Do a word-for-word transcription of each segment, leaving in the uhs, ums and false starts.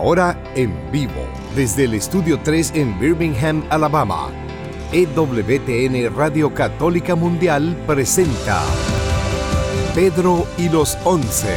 ahora en vivo, desde el Estudio tres en Birmingham, Alabama, E W T N Radio Católica Mundial presenta Pedro y los Once.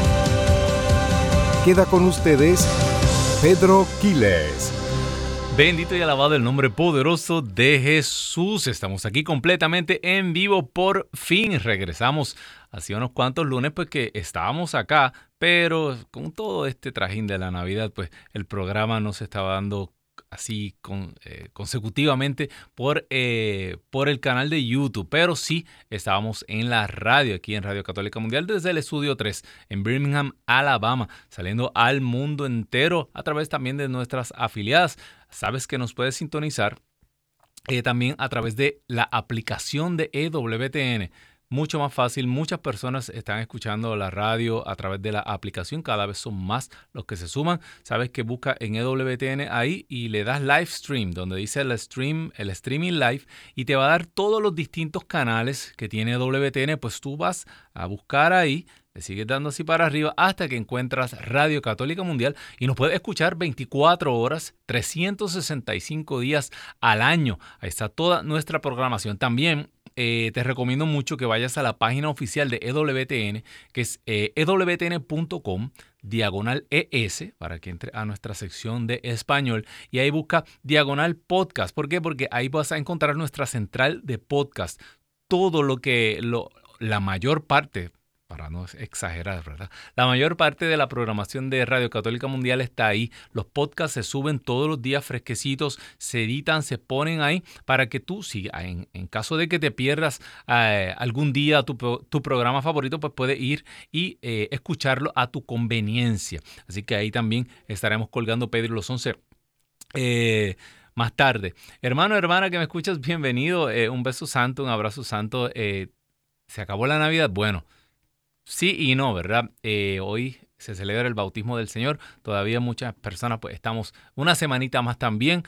Queda con ustedes Pedro Quiles. Bendito y alabado el nombre poderoso de Jesús. Estamos aquí completamente en vivo. Por fin regresamos. Hacía unos cuantos lunes pues que estábamos acá, pero con todo este trajín de la Navidad, pues el programa no se estaba dando así con, eh, consecutivamente por, eh, por el canal de YouTube, pero sí estábamos en la radio, aquí en Radio Católica Mundial, desde el Estudio tres en Birmingham, Alabama, saliendo al mundo entero a través también de nuestras afiliadas. Sabes que nos puedes sintonizar eh, también a través de la aplicación de E W T N. Mucho más fácil, muchas personas están escuchando la radio a través de la aplicación, cada vez son más los que se suman. Sabes que busca en E W T N ahí y le das live stream, donde dice el stream, el streaming live, y te va a dar todos los distintos canales que tiene E W T N. Pues tú vas a buscar ahí, le sigues dando así para arriba hasta que encuentras Radio Católica Mundial y nos puedes escuchar veinticuatro horas, trescientos sesenta y cinco días al año. Ahí está toda nuestra programación. También Eh, te recomiendo mucho que vayas a la página oficial de E W T N, que es eh, e w t n punto com, diagonal E S, para que entre a nuestra sección de español, y ahí busca diagonal podcast. ¿Por qué? Porque ahí vas a encontrar nuestra central de podcast. Todo lo que, lo, la mayor parte, para no exagerar, ¿verdad? La mayor parte de la programación de Radio Católica Mundial está ahí. Los podcasts se suben todos los días fresquecitos, se editan, se ponen ahí para que tú, si en, en caso de que te pierdas eh, algún día tu, tu programa favorito, pues puedes ir y eh, escucharlo a tu conveniencia. Así que ahí también estaremos colgando Pedro y los Once eh, más tarde. Hermano, hermana que me escuchas, bienvenido. Eh, un beso santo, un abrazo santo. Eh, ¿Se acabó la Navidad? Bueno, sí y no, ¿verdad? Eh, hoy se celebra el bautismo del Señor. Todavía muchas personas, pues estamos una semanita más también.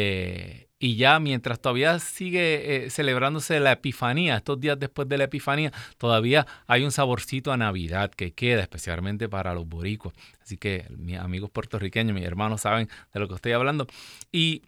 Eh, y ya mientras todavía sigue eh, celebrándose la Epifanía, estos días después de la Epifanía, todavía hay un saborcito a Navidad que queda, especialmente para los boricuas. Así que mis amigos puertorriqueños, mis hermanos saben de lo que estoy hablando. Y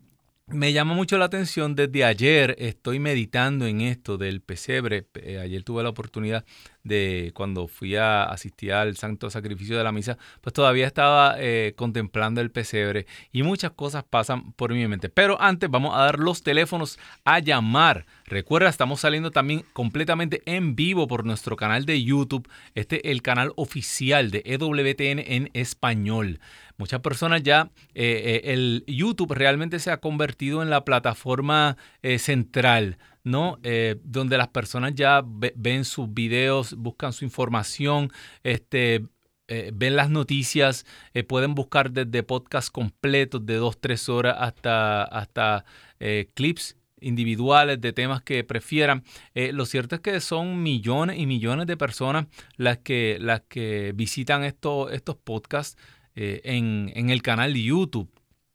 me llama mucho la atención, desde ayer estoy meditando en esto del pesebre. Eh, ayer tuve la oportunidad de, cuando fui a asistir al Santo Sacrificio de la Misa, pues todavía estaba eh, contemplando el pesebre y muchas cosas pasan por mi mente. Pero antes vamos a dar los teléfonos a llamar. Recuerda, estamos saliendo también completamente en vivo por nuestro canal de YouTube. Este es el canal oficial de E W T N en español. Muchas personas ya, eh, eh, el YouTube realmente se ha convertido en la plataforma eh, central, ¿no? Eh, donde las personas ya ve, ven sus videos, buscan su información, este, eh, ven las noticias, eh, pueden buscar desde podcasts completos de dos, tres horas hasta, hasta eh, clips individuales de temas que prefieran. Eh, lo cierto es que son millones y millones de personas las que, las que visitan esto, estos podcasts eh, en, en el canal de YouTube.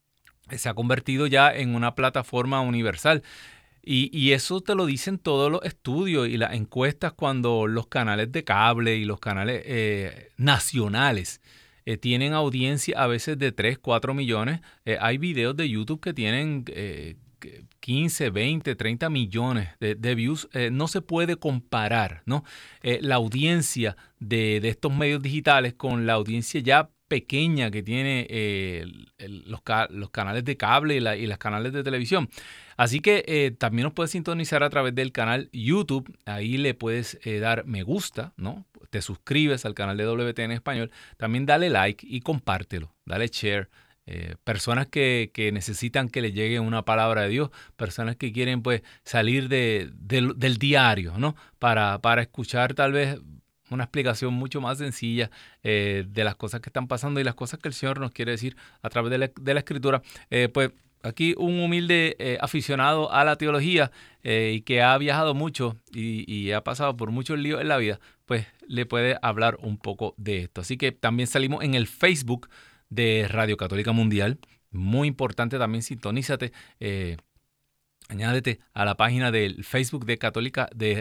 Se ha convertido ya en una plataforma universal. Y, y eso te lo dicen todos los estudios y las encuestas cuando los canales de cable y los canales eh, nacionales eh, tienen audiencia a veces de tres, cuatro millones. Eh, hay videos de YouTube que tienen eh, quince, veinte, treinta millones de, de views. Eh, no se puede comparar, ¿no? Eh, la audiencia de, de estos medios digitales con la audiencia ya pequeña que tiene eh, el, el, los, ca- los canales de cable y, la, y las canales de televisión. Así que eh, también nos puedes sintonizar a través del canal YouTube. Ahí le puedes eh, dar me gusta, ¿no? Te suscribes al canal de E W T N en español. También dale like y compártelo. Dale share. Eh, personas que, que necesitan que les llegue una palabra de Dios. Personas que quieren pues salir de, de, del diario, ¿no? Para, para escuchar tal vez una explicación mucho más sencilla eh, de las cosas que están pasando y las cosas que el Señor nos quiere decir a través de la, de la Escritura. Eh, pues aquí un humilde eh, aficionado a la teología eh, y que ha viajado mucho y, y ha pasado por muchos líos en la vida, pues le puede hablar un poco de esto. Así que también salimos en el Facebook de Radio Católica Mundial. Muy importante también, sintonízate, eh, añádete a la página del Facebook de Católica de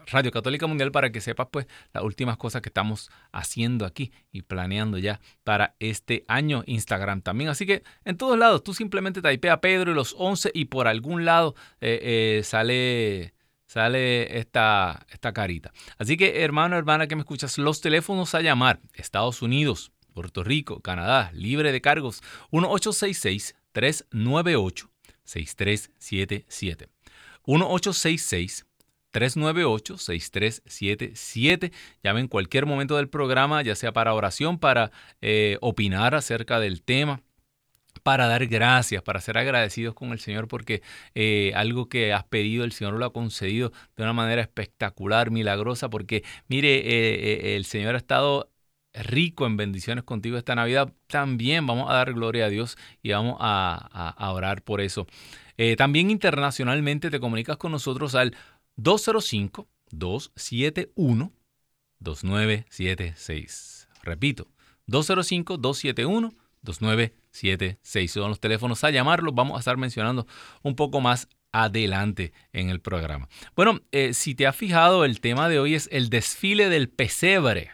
Radio Católica Mundial para que sepas pues las últimas cosas que estamos haciendo aquí y planeando ya para este año. Instagram también. Así que en todos lados tú simplemente typea Pedro y los once y por algún lado eh, eh, sale... sale esta, esta carita. Así que, hermano, hermana que me escuchas, los teléfonos a llamar: Estados Unidos, Puerto Rico, Canadá, libre de cargos, uno ocho seis seis, tres nueve ocho, seis tres siete siete. uno ocho seis seis, tres nueve ocho, seis tres siete siete. Llame en cualquier momento del programa, ya sea para oración, para eh, opinar acerca del tema, para dar gracias, para ser agradecidos con el Señor porque eh, algo que has pedido, el Señor lo ha concedido de una manera espectacular, milagrosa, porque mire, eh, eh, el Señor ha estado rico en bendiciones contigo esta Navidad. También vamos a dar gloria a Dios y vamos a, a, a orar por eso. Eh, también internacionalmente te comunicas con nosotros al dos cero cinco, dos siete uno, dos nueve siete seis. Repito, dos cero cinco, dos siete uno, dos nueve siete seis. Son los teléfonos a llamarlos. Vamos a estar mencionando un poco más adelante en el programa. Bueno, eh, si te has fijado, el tema de hoy es el desfile del pesebre.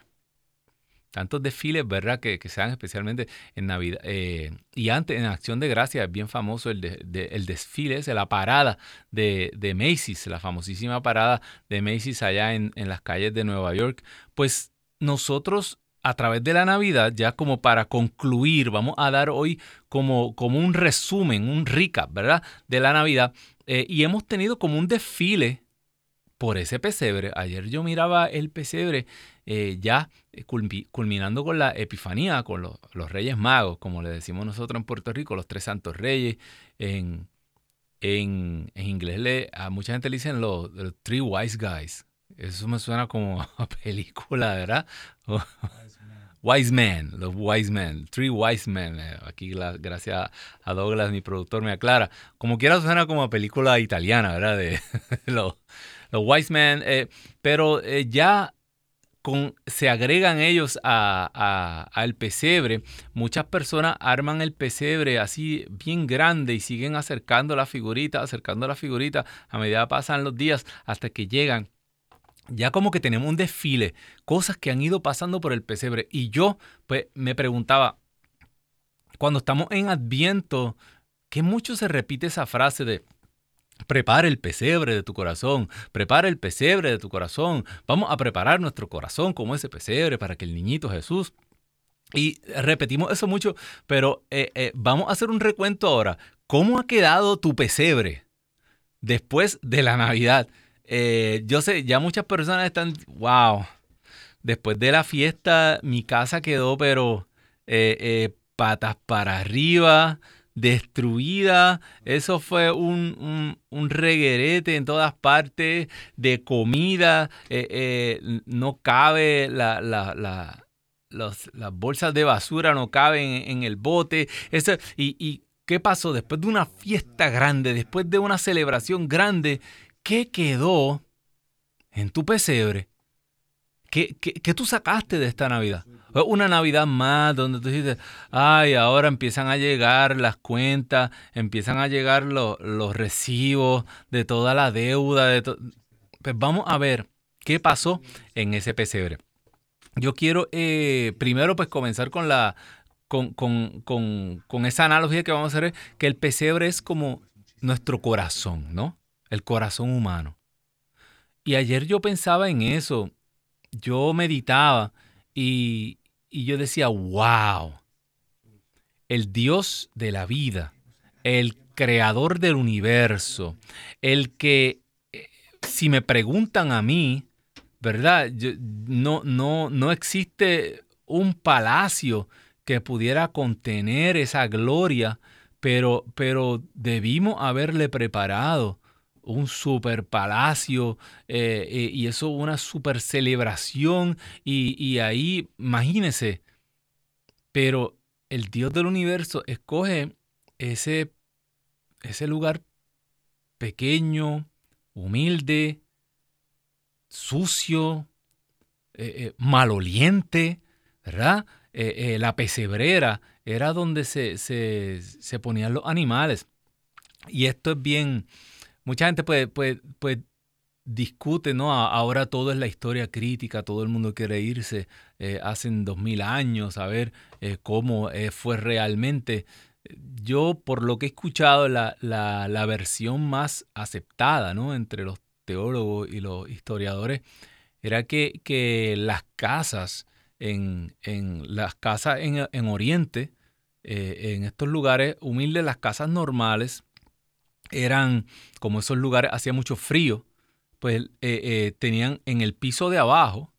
Tantos desfiles, ¿verdad?, que, que se dan especialmente en Navidad. Eh, y antes, en Acción de Gracias, es bien famoso el, de, de, el desfile, es la parada de, de Macy's, la famosísima parada de Macy's allá en, en las calles de Nueva York. Pues nosotros, a través de la Navidad, ya como para concluir, vamos a dar hoy como, como un resumen, un recap, ¿verdad?, de la Navidad. Eh, y hemos tenido como un desfile por ese pesebre. Ayer yo miraba el pesebre eh, ya culminando con la Epifanía, con los, los Reyes Magos, como le decimos nosotros en Puerto Rico, los tres santos reyes. En, en, en inglés le, a mucha gente le dicen los, los Three Wise Guys. Eso me suena como a película, ¿verdad? Wise Men, los Wise Men, Three Wise Men. Aquí, la, gracias a Douglas, mi productor, me aclara. Como quiera suena como a película italiana, ¿verdad? De los, los Wise Men. Eh, pero eh, ya con, se agregan ellos a, a, al pesebre. Muchas personas arman el pesebre así bien grande y siguen acercando la figurita, acercando la figurita a medida que pasan los días hasta que llegan. Ya como que tenemos un desfile, cosas que han ido pasando por el pesebre. Y yo pues me preguntaba, cuando estamos en Adviento, que mucho se repite esa frase de prepara el pesebre de tu corazón, prepara el pesebre de tu corazón. Vamos a preparar nuestro corazón como ese pesebre para que el niñito Jesús... Y repetimos eso mucho, pero eh, eh, vamos a hacer un recuento ahora. ¿Cómo ha quedado tu pesebre después de la Navidad? Eh, yo sé, ya muchas personas están, wow, después de la fiesta mi casa quedó pero eh, eh, patas para arriba, destruida. Eso fue un, un, un reguerete en todas partes de comida. Eh, eh, no cabe la... la, la los, las bolsas de basura no caben en, en el bote. Eso, y, y ¿qué pasó? Después de una fiesta grande, después de una celebración grande, ¿qué quedó en tu pesebre? ¿Qué, qué, qué tú sacaste de esta Navidad? Una Navidad más donde tú dices, ay, ahora empiezan a llegar las cuentas, empiezan a llegar lo, los recibos de toda la deuda. De to- pues vamos a ver qué pasó en ese pesebre. Yo quiero eh, primero pues comenzar con la con, con, con, con esa analogía que vamos a hacer, que el pesebre es como nuestro corazón, ¿no? El corazón humano. Y ayer yo pensaba en eso, yo meditaba y, y yo decía, wow, el Dios de la vida, el creador del universo, el que, eh, si me preguntan a mí, ¿verdad? Yo, no, no, no existe un palacio que pudiera contener esa gloria, pero, pero debimos haberle preparado un super palacio eh, eh, y eso una super celebración y, y ahí, imagínense, pero el Dios del universo escoge ese, ese lugar pequeño, humilde, sucio, eh, eh, maloliente, ¿verdad? Eh, eh, la pesebrera era donde se, se, se ponían los animales. Y esto es bien, mucha gente puede, puede, puede discute, ¿no? Ahora todo es la historia crítica, todo el mundo quiere irse eh, hace dos mil años a ver eh, cómo eh, fue realmente. Yo, por lo que he escuchado, la, la, la versión más aceptada, ¿no? Entre los teólogos y los historiadores era que, que las casas en, en las casas en, en Oriente, eh, en estos lugares humildes, las casas normales eran, como esos lugares hacía mucho frío, pues eh, eh, tenían en el piso de abajo,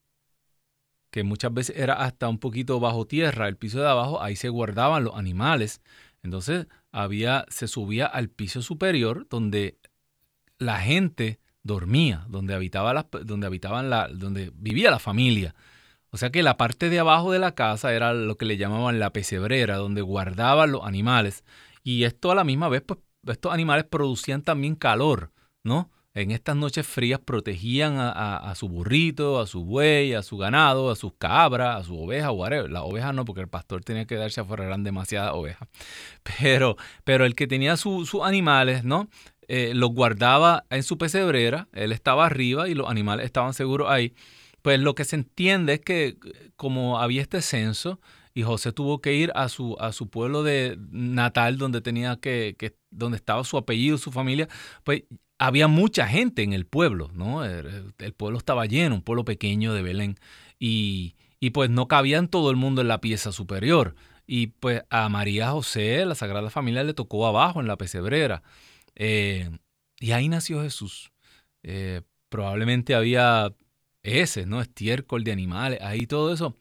que muchas veces era hasta un poquito bajo tierra, el piso de abajo, ahí se guardaban los animales. Entonces había, se subía al piso superior donde la gente dormía, donde habitaba la, donde habitaban la, donde vivía la familia. O sea que la parte de abajo de la casa era lo que le llamaban la pesebrera, donde guardaban los animales. Y esto a la misma vez, pues estos animales producían también calor, ¿no? En estas noches frías protegían a, a, a su burrito, a su buey, a su ganado, a sus cabras, a su oveja, whatever. Las ovejas no, porque el pastor tenía que darse afuera, eran demasiadas ovejas. Pero, pero el que tenía su, sus animales, ¿no? Eh, los guardaba en su pesebrera, él estaba arriba y los animales estaban seguros ahí. Pues lo que se entiende es que como había este censo y José tuvo que ir a su, a su pueblo de natal donde tenía que, que, donde estaba su apellido, su familia, pues había mucha gente en el pueblo, ¿no? El, el pueblo estaba lleno, un pueblo pequeño de Belén. Y, y pues no cabían todo el mundo en la pieza superior. Y pues a María José, la Sagrada Familia, le tocó abajo en la pesebrera. Eh, y ahí nació Jesús. Eh, probablemente había heces, ¿no? Estiércol de animales, ahí todo eso.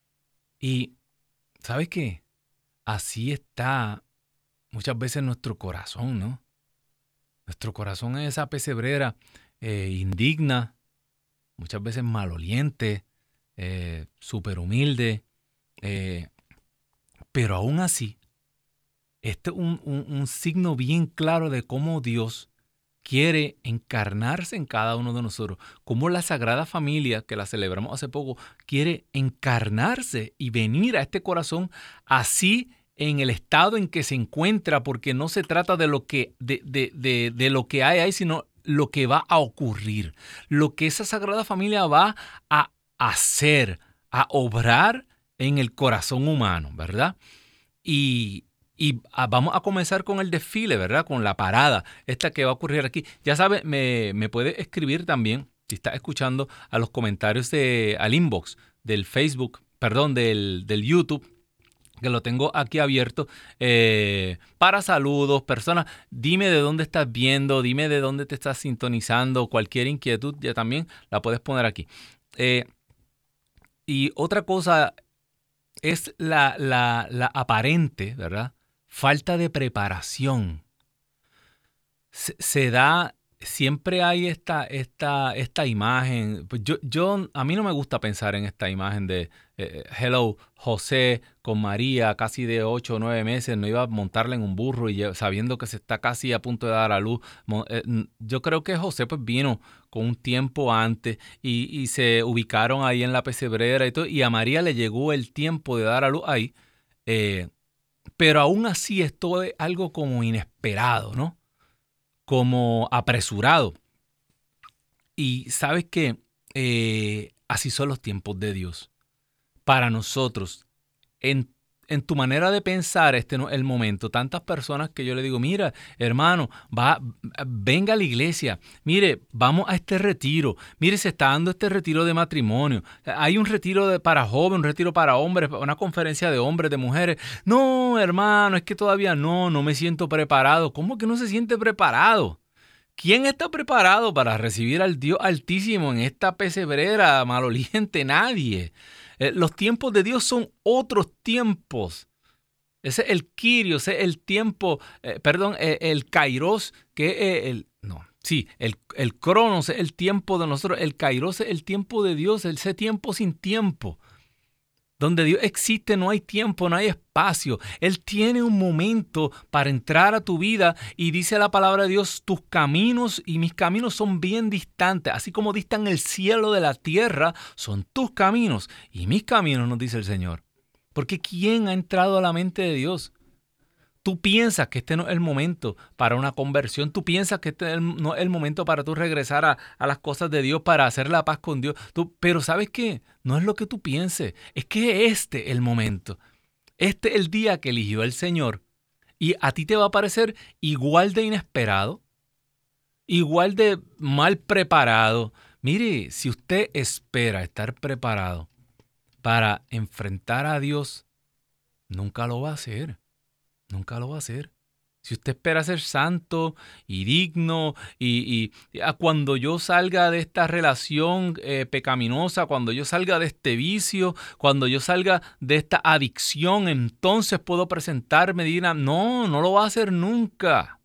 Y, ¿sabes qué? Así está muchas veces nuestro corazón, ¿no? Nuestro corazón es esa pesebrera eh, indigna, muchas veces maloliente, eh, súper humilde, eh, pero aún así, este es un, un, un signo bien claro de cómo Dios quiere encarnarse en cada uno de nosotros, cómo la Sagrada Familia, que la celebramos hace poco, quiere encarnarse y venir a este corazón así en el estado en que se encuentra, porque no se trata de lo que, de, de, de, de lo que hay ahí, sino lo que va a ocurrir, lo que esa Sagrada Familia va a hacer, a obrar en el corazón humano, ¿verdad? Y, y vamos a comenzar con el desfile, ¿verdad? Con la parada, esta que va a ocurrir aquí. Ya sabes, me, me puedes escribir también, si estás escuchando, a los comentarios de, al inbox del Facebook, perdón, del, del YouTube, que lo tengo aquí abierto, eh, para saludos, personas, dime de dónde estás viendo, dime de dónde te estás sintonizando, cualquier inquietud ya también la puedes poner aquí. Eh, y otra cosa es la, la, la aparente, ¿verdad? Falta de preparación. Se, se da, siempre hay esta, esta, esta imagen. Pues yo, yo, a mí no me gusta pensar en esta imagen de eh, hello, José con María, casi de ocho o nueve meses, no iba a montarla en un burro y sabiendo que se está casi a punto de dar a luz. Yo creo que José pues vino con un tiempo antes y, y se ubicaron ahí en la pesebrera y todo, y a María le llegó el tiempo de dar a luz ahí, eh, pero aún así esto es algo como inesperado, ¿no? Como apresurado. Y sabes que eh, así son los tiempos de Dios. Para nosotros, en, en tu manera de pensar, este no es el momento. Tantas personas que yo le digo, mira, hermano, va, venga a la iglesia, mire, vamos a este retiro, mire, se está dando este retiro de matrimonio, hay un retiro de, para jóvenes, un retiro para hombres, una conferencia de hombres, de mujeres. No, hermano, es que todavía no, no me siento preparado. ¿Cómo que no se siente preparado? ¿Quién está preparado para recibir al Dios Altísimo en esta pesebrera maloliente? Nadie. Eh, los tiempos de Dios son otros tiempos. Ese es el Kyrios, ese es el tiempo, eh, perdón, eh, el Kairos, que es el, no, sí, el, el Cronos es el tiempo de nosotros, el Kairos es el tiempo de Dios, ese tiempo sin tiempo. Donde Dios existe no hay tiempo, no hay espacio. Él tiene un momento para entrar a tu vida y dice la palabra de Dios, tus caminos y mis caminos son bien distantes. Así como distan el cielo de la tierra, son tus caminos y mis caminos, nos dice el Señor. Porque ¿quién ha entrado a la mente de Dios? Tú piensas que este no es el momento para una conversión. Tú piensas que este no es el momento para tú regresar a, a las cosas de Dios, para hacer la paz con Dios. Tú, pero ¿sabes qué? No es lo que tú pienses. Es que este es el momento. Este es el día que eligió el Señor. Y a ti te va a parecer igual de inesperado, igual de mal preparado. Mire, si usted espera estar preparado para enfrentar a Dios, nunca lo va a hacer. Nunca lo va a hacer. Si usted espera ser santo y digno y, y a cuando yo salga de esta relación eh, pecaminosa, cuando yo salga de este vicio, cuando yo salga de esta adicción, entonces puedo presentarme y decir, no, no lo va a hacer nunca.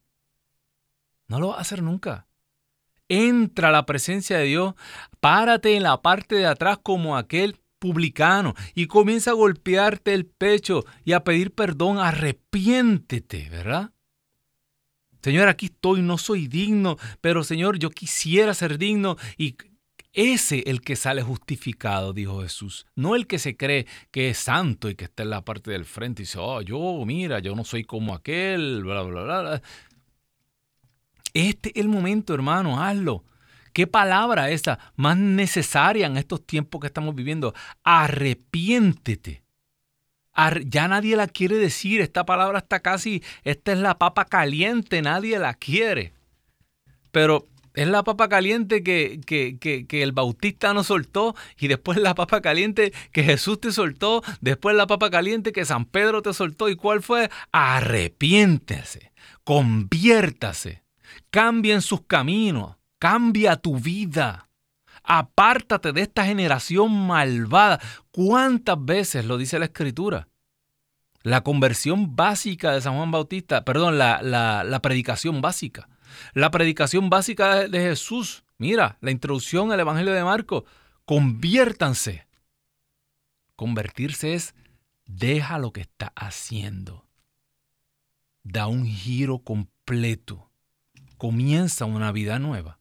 No lo va a hacer nunca. Entra a la presencia de Dios, párate en la parte de atrás como aquel publicano y comienza a golpearte el pecho y a pedir perdón, arrepiéntete, ¿verdad? Señor, aquí estoy, no soy digno, pero Señor, yo quisiera ser digno. Y ese el que sale justificado, dijo Jesús, no el que se cree que es santo y que está en la parte del frente y dice, oh, yo, mira, yo no soy como aquel, bla, bla, bla, bla. Este es el momento, hermano, hazlo. ¿Qué palabra esa más necesaria en estos tiempos que estamos viviendo? Arrepiéntete. Ar- ya nadie la quiere decir. Esta palabra está casi, esta es la papa caliente, nadie la quiere. Pero es la papa caliente que, que, que, que el Bautista nos soltó y después la papa caliente que Jesús te soltó, después la papa caliente que San Pedro te soltó. ¿Y cuál fue? Arrepiéntese, conviértase, cambien sus caminos. Cambia tu vida. Apártate de esta generación malvada. ¿Cuántas veces lo dice la Escritura? La conversión básica de San Juan Bautista, perdón, la, la, la predicación básica. La predicación básica de, de Jesús. Mira, la introducción al Evangelio de Marcos. Conviértanse. Convertirse es, deja lo que está haciendo. Da un giro completo. Comienza una vida nueva.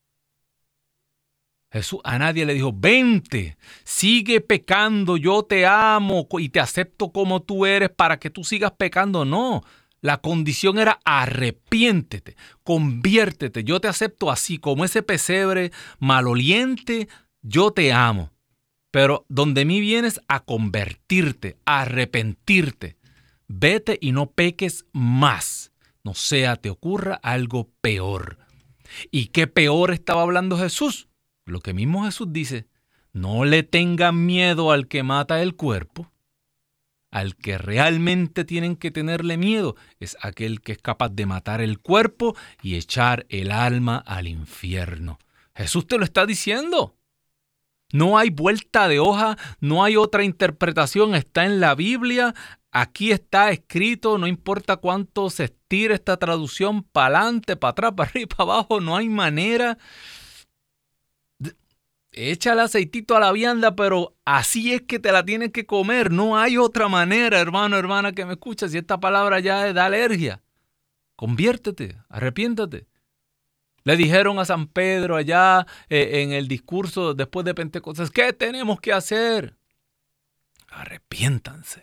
Jesús a nadie le dijo, vente, sigue pecando, yo te amo y te acepto como tú eres para que tú sigas pecando. No, la condición era arrepiéntete, conviértete, yo te acepto así, como ese pesebre maloliente, yo te amo. Pero donde mí vienes a convertirte, a arrepentirte. Vete y no peques más, no sea te ocurra algo peor. ¿Y qué peor estaba hablando Jesús? Lo que mismo Jesús dice, no le tengan miedo al que mata el cuerpo. Al que realmente tienen que tenerle miedo es aquel que es capaz de matar el cuerpo y echar el alma al infierno. Jesús te lo está diciendo. No hay vuelta de hoja, no hay otra interpretación, está en la Biblia. Aquí está escrito, no importa cuánto se estire esta traducción, para adelante, para atrás, para arriba, para abajo, no hay manera. Échale aceitito a la vianda, pero así es que te la tienes que comer. No hay otra manera, hermano, hermana, que me escuchas. Si esta palabra ya da alergia, conviértete, arrepiéntate. Le dijeron a San Pedro allá eh, en el discurso después de Pentecostés, ¿qué tenemos que hacer? Arrepiéntanse.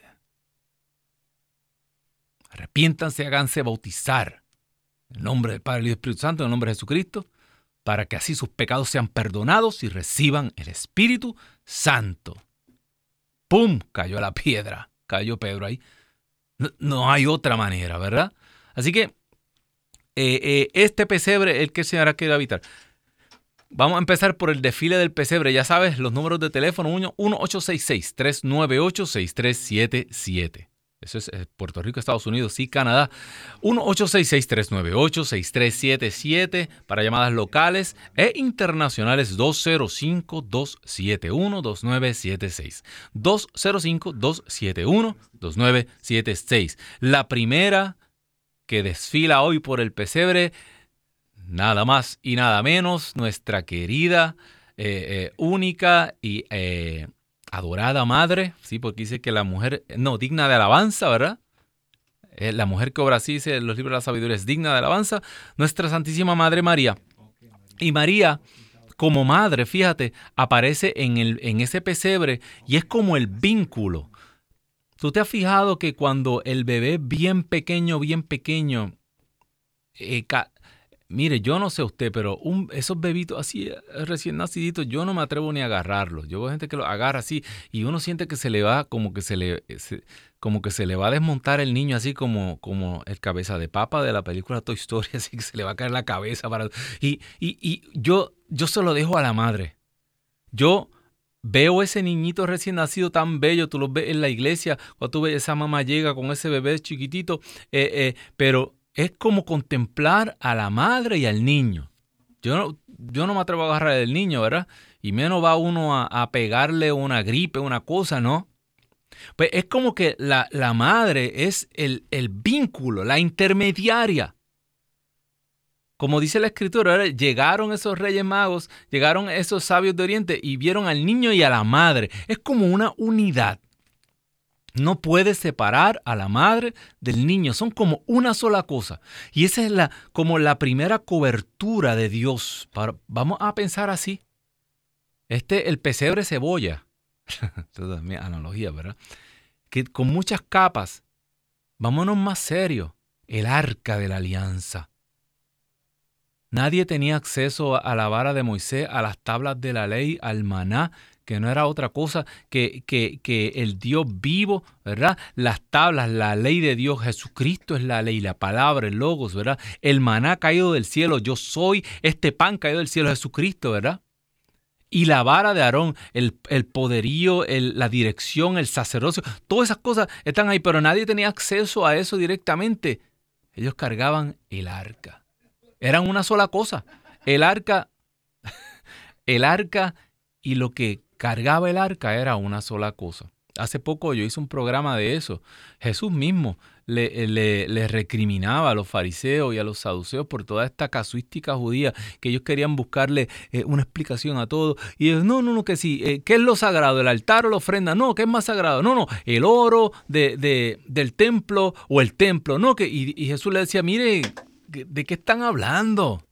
Arrepiéntanse, háganse bautizar. En el nombre del Padre y del Espíritu Santo, en el nombre de Jesucristo, para que así sus pecados sean perdonados y reciban el Espíritu Santo. ¡Pum! Cayó la piedra. Cayó Pedro ahí. No, no hay otra manera, ¿verdad? Así que eh, eh, este pesebre, el que el Señor ha querido habitar. Vamos a empezar por el desfile del pesebre. Ya sabes, los números de teléfono uno ocho seis seis, tres nueve ocho, seis tres siete siete. Eso es Puerto Rico, Estados Unidos y Canadá. uno ocho seis seis, tres nueve ocho, seis tres siete siete para llamadas locales e internacionales dos cero cinco, dos siete uno, dos nueve siete seis. dos cero cinco, dos siete uno, dos nueve siete seis. La primera que desfila hoy por el pesebre, nada más y nada menos, nuestra querida, eh, eh, única y... Eh, adorada madre, sí, porque dice que la mujer, no, digna de alabanza, ¿verdad? Eh, la mujer que obra así, dice en los libros de la sabiduría, es digna de alabanza, nuestra Santísima Madre María. Y María, como madre, fíjate, aparece en, el, en ese pesebre y es como el vínculo. ¿Tú te has fijado que cuando el bebé es bien pequeño, bien pequeño, eh, ca- mire, yo no sé usted, pero un, esos bebitos así eh, recién naciditos, yo no me atrevo ni a agarrarlos. Yo veo gente que los agarra así y uno siente que se le va, como que se le, se- como que se le va a desmontar el niño, así como, como el cabeza de papa de la película Toy Story, así que se le va a caer la cabeza para. Y, y, y yo, yo se lo dejo a la madre. Yo veo ese niñito recién nacido tan bello, tú lo ves en la iglesia, cuando tú ves esa mamá llega con ese bebé chiquitito, eh, eh, pero es como contemplar a la madre y al niño. Yo no, yo no me atrevo a agarrar al niño, ¿verdad? Y menos va uno a, a pegarle una gripe, una cosa, ¿no? Pues es como que la, la madre es el, el vínculo, la intermediaria. Como dice la escritura, ¿verdad? Llegaron esos reyes magos, llegaron esos sabios de Oriente y vieron al niño y a la madre. Es como una unidad. No puedes separar a la madre del niño, son como una sola cosa. Y esa es la, como la primera cobertura de Dios. Para, vamos a pensar así. Este, el pesebre cebolla, esta es mi analogía, ¿verdad? Que con muchas capas, vámonos más serios, el arca de la alianza. Nadie tenía acceso a la vara de Moisés, a las tablas de la ley, al maná, que no era otra cosa que, que, que el Dios vivo, ¿verdad? Las tablas, la ley de Dios, Jesucristo es la ley, la palabra, el logos, ¿verdad? El maná caído del cielo, yo soy este pan caído del cielo, Jesucristo, ¿verdad? Y la vara de Aarón, el, el poderío, el, la dirección, el sacerdocio, todas esas cosas están ahí, pero nadie tenía acceso a eso directamente. Ellos cargaban el arca. Eran una sola cosa. El arca, el arca y lo que cargaba el arca era una sola cosa. Hace poco yo hice un programa de eso. Jesús mismo le, le, le recriminaba a los fariseos y a los saduceos por toda esta casuística judía, que ellos querían buscarle eh, una explicación a todo. Y ellos, no, no, no, que sí. Eh, ¿Qué es lo sagrado? ¿El altar o la ofrenda? No, ¿qué es más sagrado? No, no, el oro de, de, del templo o el templo. No, que, y, y Jesús le decía, mire, ¿de qué están hablando?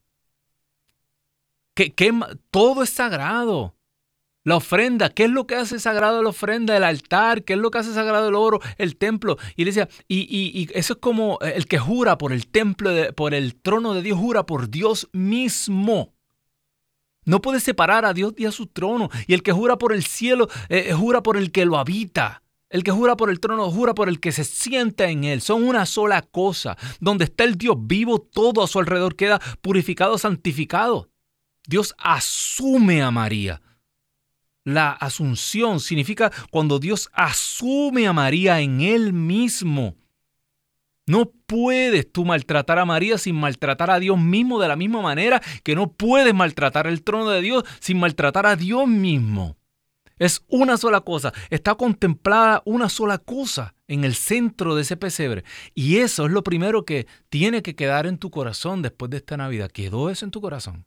¿Qué, qué, todo es sagrado. La ofrenda, ¿qué es lo que hace sagrado la ofrenda? El altar, ¿qué es lo que hace sagrado el oro? El templo. Y le decía, y, y, y eso es como el que jura por el templo, de, por el trono de Dios, jura por Dios mismo. No puede separar a Dios y a su trono. Y el que jura por el cielo, eh, jura por el que lo habita. El que jura por el trono, jura por el que se sienta en él. Son una sola cosa. Donde está el Dios vivo, todo a su alrededor queda purificado, santificado. Dios asume a María. La asunción significa cuando Dios asume a María en Él mismo. No puedes tú maltratar a María sin maltratar a Dios mismo, de la misma manera que no puedes maltratar el trono de Dios sin maltratar a Dios mismo. Es una sola cosa. Está contemplada una sola cosa en el centro de ese pesebre. Y eso es lo primero que tiene que quedar en tu corazón después de esta Navidad. ¿Quedó eso en tu corazón?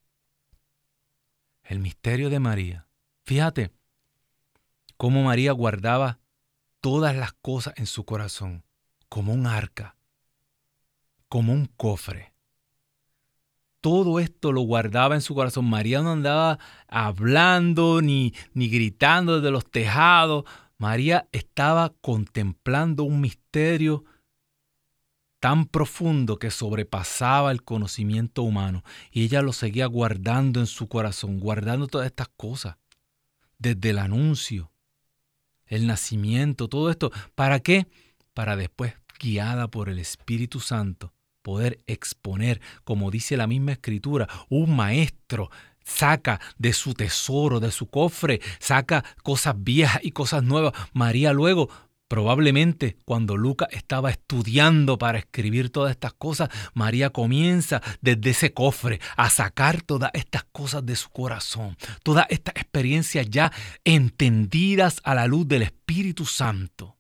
El misterio de María. Fíjate cómo María guardaba todas las cosas en su corazón, como un arca, como un cofre. Todo esto lo guardaba en su corazón. María no andaba hablando ni, ni gritando desde los tejados. María estaba contemplando un misterio tan profundo que sobrepasaba el conocimiento humano. Y ella lo seguía guardando en su corazón, guardando todas estas cosas. Desde el anuncio, el nacimiento, todo esto. ¿Para qué? Para después, guiada por el Espíritu Santo, poder exponer, como dice la misma Escritura, un maestro saca de su tesoro, de su cofre, saca cosas viejas y cosas nuevas. María luego, probablemente cuando Lucas estaba estudiando para escribir todas estas cosas, María comienza desde ese cofre a sacar todas estas cosas de su corazón, todas estas experiencias ya entendidas a la luz del Espíritu Santo.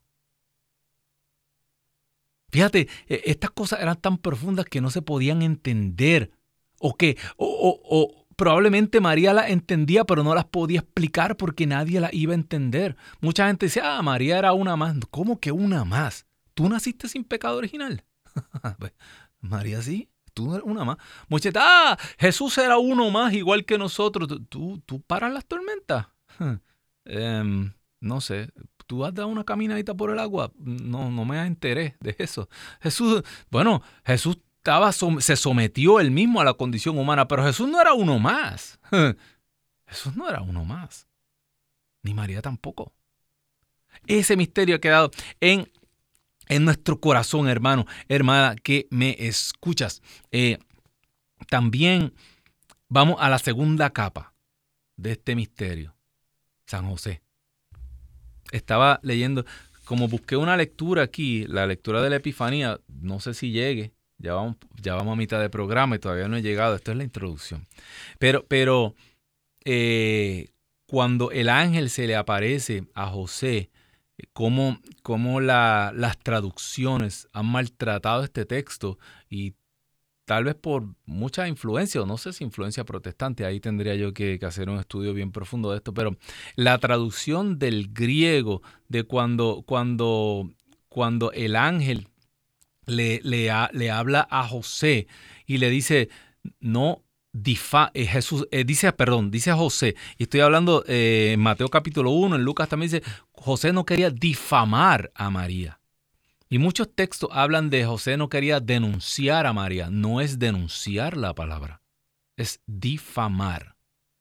Fíjate, estas cosas eran tan profundas que no se podían entender, o que o, o, o probablemente María las entendía, pero no las podía explicar porque nadie las iba a entender. Mucha gente dice, ah, María era una más. ¿Cómo que una más? ¿Tú naciste sin pecado original? Pues, María sí, tú eres una más. Mucha gente, ah, Jesús era uno más igual que nosotros. ¿Tú, tú, tú paras las tormentas? um, no sé, ¿tú has dado una caminadita por el agua? No, no me enteré de eso. Jesús, bueno, Jesús estaba, se sometió él mismo a la condición humana, pero Jesús no era uno más. Jesús no era uno más. Ni María tampoco. Ese misterio ha quedado en, en nuestro corazón, hermano, hermana, que me escuchas. Eh, también vamos a la segunda capa de este misterio. San José. Estaba leyendo, como busqué una lectura aquí, la lectura de la Epifanía, no sé si llegue, ya vamos, ya vamos a mitad de programa y todavía no he llegado, esto es la introducción. Pero, pero eh, cuando el ángel se le aparece a José, cómo, cómo la, las traducciones han maltratado este texto y tal vez por mucha influencia, o no sé si influencia protestante, ahí tendría yo que, que hacer un estudio bien profundo de esto, pero la traducción del griego de cuando, cuando, cuando el ángel le, le, ha, le habla a José y le dice, no difa, eh, Jesús, eh, dice, perdón, dice a José, y estoy hablando eh, en Mateo capítulo uno, en Lucas también dice, José no quería difamar a María. Y muchos textos hablan de José no quería denunciar a María. No es denunciar la palabra, es difamar.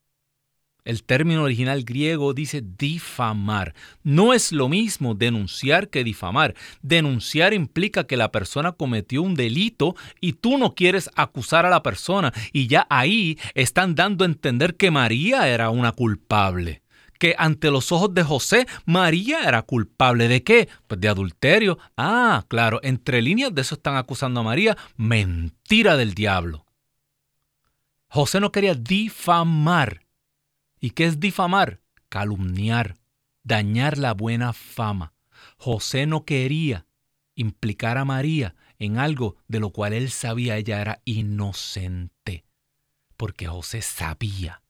El término original griego dice difamar. No es lo mismo denunciar que difamar. Denunciar implica que la persona cometió un delito y tú no quieres acusar a la persona. Y ya ahí están dando a entender que María era una culpable. Que ante los ojos de José, María era culpable. ¿De qué? Pues de adulterio. Ah, claro, entre líneas de eso están acusando a María. Mentira del diablo. José no quería difamar. ¿Y qué es difamar? Calumniar, dañar la buena fama. José no quería implicar a María en algo de lo cual él sabía ella era inocente. Porque José sabía.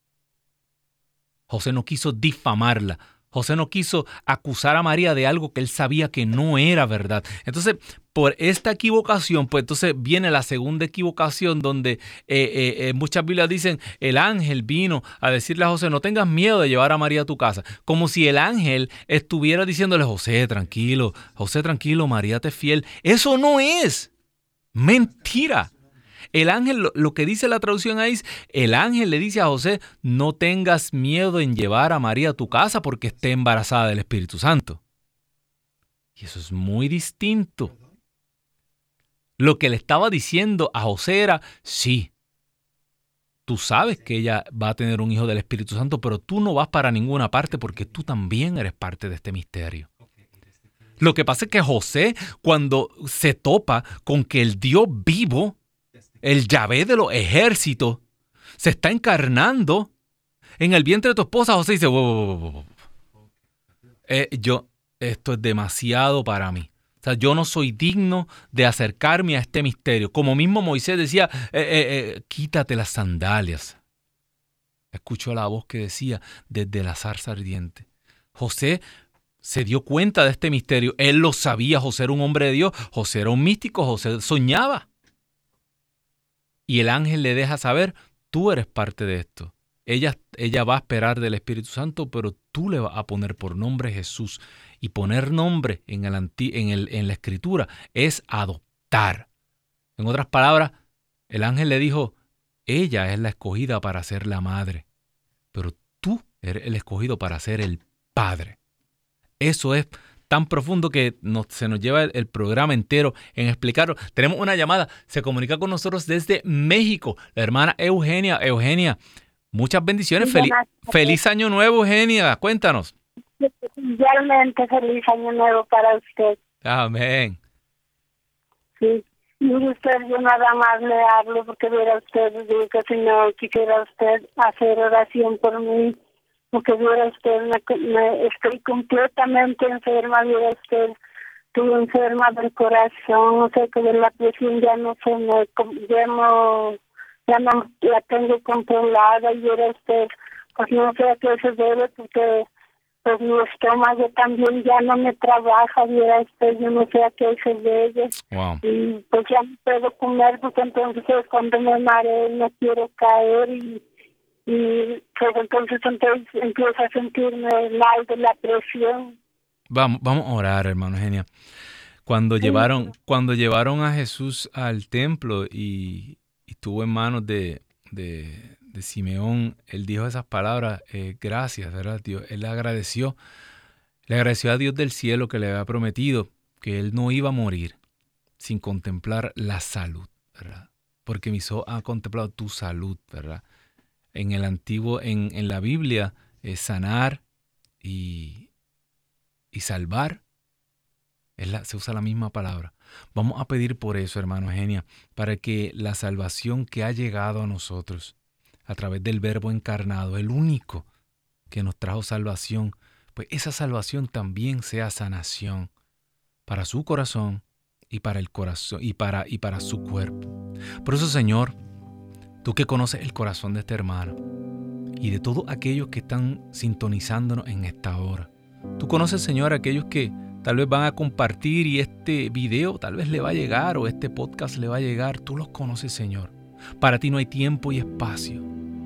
José no quiso difamarla. José no quiso acusar a María de algo que él sabía que no era verdad. Entonces, por esta equivocación, pues entonces viene la segunda equivocación donde eh, eh, muchas Biblias dicen, el ángel vino a decirle a José, no tengas miedo de llevar a María a tu casa. Como si el ángel estuviera diciéndole, José, tranquilo, José, tranquilo, María te es fiel. Eso no es mentira. El ángel, lo, lo que dice la traducción ahí es, el ángel le dice a José, no tengas miedo en llevar a María a tu casa porque esté embarazada del Espíritu Santo. Y eso es muy distinto. Lo que le estaba diciendo a José era, sí, tú sabes que ella va a tener un hijo del Espíritu Santo, pero tú no vas para ninguna parte porque tú también eres parte de este misterio. Lo que pasa es que José, cuando se topa con que el Dios vivo, el Yahvé de los ejércitos, se está encarnando en el vientre de tu esposa, José dice, wow, wow, wow, wow. Eh, yo, esto es demasiado para mí. O sea, yo no soy digno de acercarme a este misterio. Como mismo Moisés decía, eh, eh, eh, quítate las sandalias. Escucho la voz que decía desde la zarza ardiente. José se dio cuenta de este misterio. Él lo sabía. José era un hombre de Dios. José era un místico. José soñaba. Y el ángel le deja saber, tú eres parte de esto. Ella, ella va a esperar del Espíritu Santo, pero tú le vas a poner por nombre Jesús. Y poner nombre en, el anti, en, el, en la Escritura es adoptar. En otras palabras, el ángel le dijo, ella es la escogida para ser la madre, pero tú eres el escogido para ser el padre. Eso es tan profundo que nos, se nos lleva el, el programa entero en explicarlo. Tenemos una llamada, se comunica con nosotros desde México, la hermana Eugenia. Eugenia, muchas bendiciones. Feliz, feliz año nuevo, Eugenia. Cuéntanos. Realmente feliz año nuevo para usted. Amén. Sí, y usted, yo nada más le hablo porque viera usted, digo que si no quisiera usted hacer oración por mí, porque viera usted, me, me, estoy completamente enferma, viera usted, estoy enferma del corazón, o sea que de la presión ya no se me, ya no, ya no la tengo controlada, y viera usted, pues no sé a qué se debe, porque pues mi estómago también ya no me trabaja, viera usted, yo no sé a qué se debe. Wow. Y pues ya no puedo comer, porque entonces cuando me mareo no quiero caer y, y pues entonces, entonces empiezo a sentirme mal de la presión. Vamos, vamos a orar, hermano Eugenia. Cuando llevaron, cuando llevaron a Jesús al templo y, y estuvo en manos de, de, de Simeón, él dijo esas palabras, eh, gracias, ¿verdad, Dios? Él le agradeció, le agradeció a Dios del cielo que le había prometido que él no iba a morir sin contemplar la salud, ¿verdad? Porque mis ojos han contemplado tu salud, ¿verdad? En el antiguo, en, en la Biblia, es sanar y, y salvar. Es la, se usa la misma palabra. Vamos a pedir por eso, hermano Eugenia, para que la salvación que ha llegado a nosotros a través del Verbo encarnado, el único que nos trajo salvación, pues esa salvación también sea sanación para su corazón y para el corazón y para, y para su cuerpo. Por eso, Señor, tú que conoces el corazón de este hermano y de todos aquellos que están sintonizándonos en esta hora, tú conoces, Señor, aquellos que tal vez van a compartir y este video tal vez le va a llegar o este podcast le va a llegar. Tú los conoces, Señor. Para ti no hay tiempo y espacio.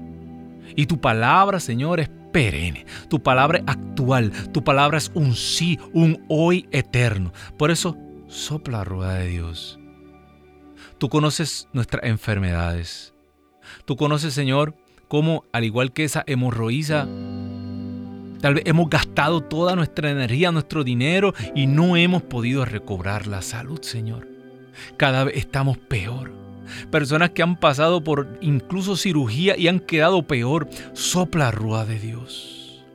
Y tu palabra, Señor, es perenne. Tu palabra es actual. Tu palabra es un sí, un hoy eterno. Por eso, sopla, rueda de Dios. Tú conoces nuestras enfermedades. Tú conoces, Señor, cómo, al igual que esa hemorroísa, tal vez hemos gastado toda nuestra energía, nuestro dinero y no hemos podido recobrar la salud, Señor. Cada vez estamos peor. Personas que han pasado por incluso cirugía y han quedado peor. Sopla, rueda de Dios.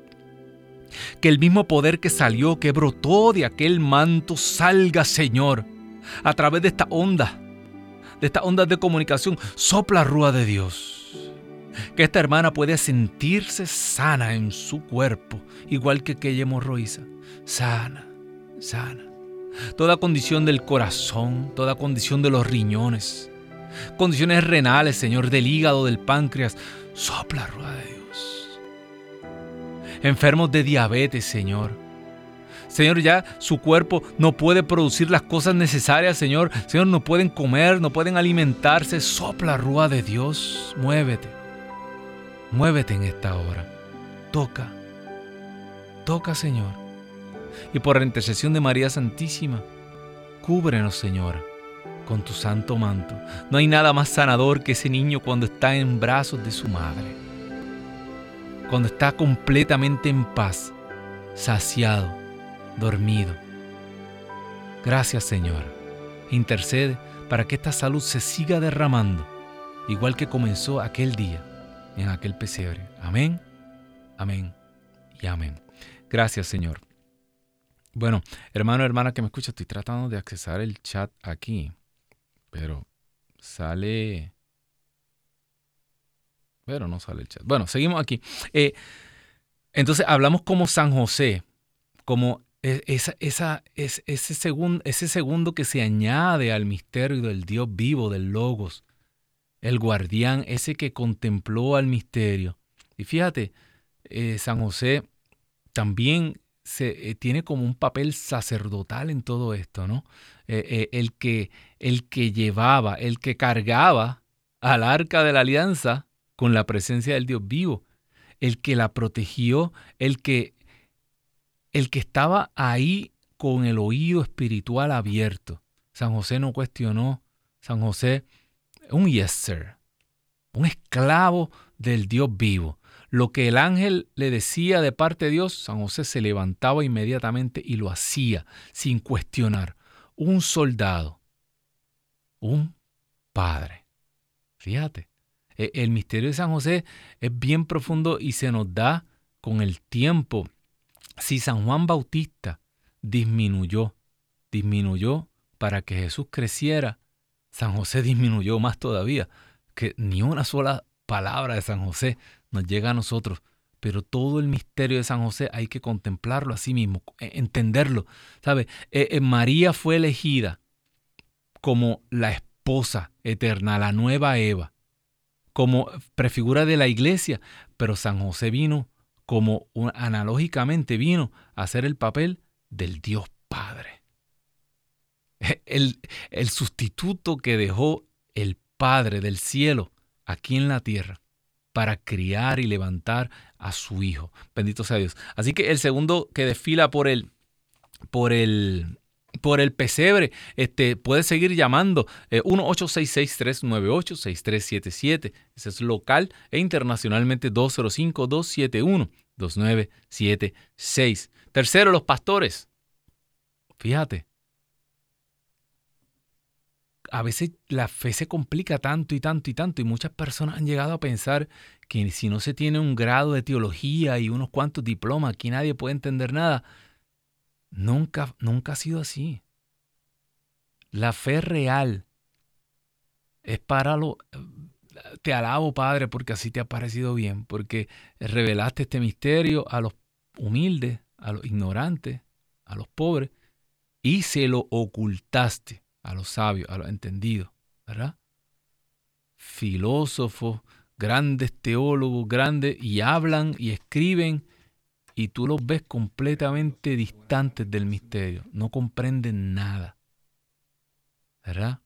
Que el mismo poder que salió, que brotó de aquel manto, salga, Señor, a través de esta onda, de estas ondas de comunicación. Sopla, rueda de Dios. Que esta hermana pueda sentirse sana en su cuerpo, igual que aquella hemorroísa. Sana, sana. Toda condición del corazón, toda condición de los riñones, condiciones renales, Señor, del hígado, del páncreas. Sopla, rueda de Dios. Enfermos de diabetes, Señor. Señor, ya su cuerpo no puede producir las cosas necesarias, Señor. Señor, no pueden comer, no pueden alimentarse. Sopla, rueda de Dios. Muévete. Muévete en esta hora. Toca. Toca, Señor. Y por la intercesión de María Santísima, cúbrenos, Señor, con tu santo manto. No hay nada más sanador que ese niño cuando está en brazos de su madre. Cuando está completamente en paz, saciado, dormido. Gracias, Señor. Intercede para que esta salud se siga derramando, igual que comenzó aquel día en aquel pesebre. Amén, amén y amén. Gracias, Señor. Bueno, hermano, hermana que me escucha, estoy tratando de accesar el chat aquí, pero sale... Pero no sale el chat. Bueno, seguimos aquí. Eh, entonces hablamos como San José, como esa, esa, ese, ese, segundo, ese segundo que se añade al misterio del Dios vivo, del Logos. El guardián, ese que contempló al misterio. Y fíjate, eh, San José también se, eh, tiene como un papel sacerdotal en todo esto, ¿no? Eh, eh, el, que, el que llevaba, el que cargaba al arca de la alianza con la presencia del Dios vivo, el que la protegió, el que, el que estaba ahí con el oído espiritual abierto. San José no cuestionó. San José, un yes sir, un esclavo del Dios vivo. Lo que el ángel le decía de parte de Dios, San José se levantaba inmediatamente y lo hacía sin cuestionar. Un soldado, un padre. Fíjate, el misterio de San José es bien profundo y se nos da con el tiempo. Si San Juan Bautista disminuyó, disminuyó para que Jesús creciera, San José disminuyó más todavía, que ni una sola palabra de San José nos llega a nosotros, pero todo el misterio de San José hay que contemplarlo a sí mismo, entenderlo. ¿Sabe? Eh, eh, María fue elegida como la esposa eterna, la nueva Eva, como prefigura de la iglesia, pero San José vino como un, analógicamente vino a hacer el papel del Dios Padre. El, el sustituto que dejó el Padre del cielo aquí en la tierra para criar y levantar a su Hijo. Bendito sea Dios. Así que el segundo que desfila por el, por el... por el pesebre, este, puedes seguir llamando eh, uno ocho seis seis, tres nueve ocho, seis tres siete siete. Ese es local e internacionalmente dos cero cinco, dos siete uno, dos nueve siete seis. Tercero, los pastores. Fíjate. A veces la fe se complica tanto y tanto y tanto y muchas personas han llegado a pensar que si no se tiene un grado de teología y unos cuantos diplomas, aquí nadie puede entender nada. Nunca, nunca ha sido así. La fe real es para lo... Te alabo, Padre, porque así te ha parecido bien, porque revelaste este misterio a los humildes, a los ignorantes, a los pobres, y se lo ocultaste a los sabios, a los entendidos, ¿verdad? Filósofos, grandes teólogos, grandes, y hablan y escriben, y tú los ves completamente distantes del misterio. No comprenden nada. ¿Verdad?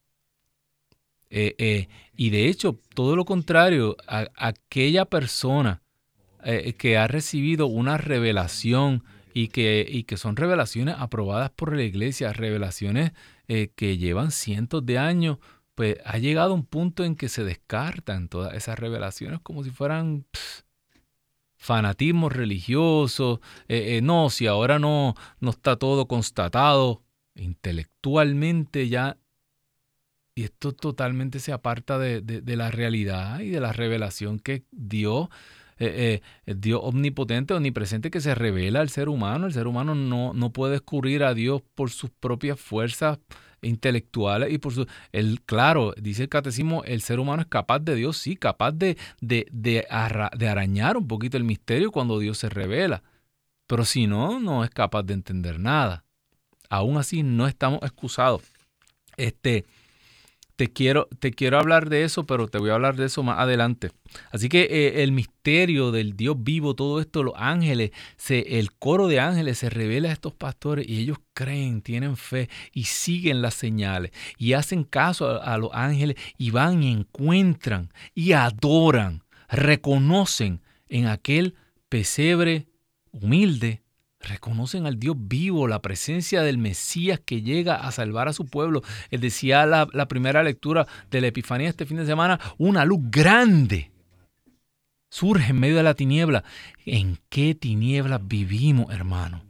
Eh, eh, y de hecho, todo lo contrario, a, a aquella persona eh, que ha recibido una revelación y que, y que son revelaciones aprobadas por la iglesia, revelaciones eh, que llevan cientos de años, pues ha llegado a un punto en que se descartan todas esas revelaciones como si fueran... Pff, fanatismo religioso, eh, eh, no, si ahora no, no está todo constatado intelectualmente ya, y esto totalmente se aparta de, de, de la realidad y de la revelación que Dios, eh, eh, el Dios omnipotente, omnipresente, que se revela al ser humano. El ser humano no, no puede descubrir a Dios por sus propias fuerzas intelectuales y por su... El, claro, dice el catecismo, el ser humano es capaz de Dios, sí, capaz de, de, de, arra, de arañar un poquito el misterio cuando Dios se revela. Pero si no, no es capaz de entender nada. Aún así, no estamos excusados. Este... Te quiero, te quiero hablar de eso, pero te voy a hablar de eso más adelante. Así que eh, el misterio del Dios vivo, todo esto, los ángeles, se, el coro de ángeles se revela a estos pastores y ellos creen, tienen fe y siguen las señales y hacen caso a, a los ángeles y van y encuentran y adoran, reconocen en aquel pesebre humilde, reconocen al Dios vivo, la presencia del Mesías que llega a salvar a su pueblo. Él decía la, la primera lectura de la Epifanía este fin de semana, una luz grande surge en medio de la tiniebla. ¿En qué tinieblas vivimos, hermano?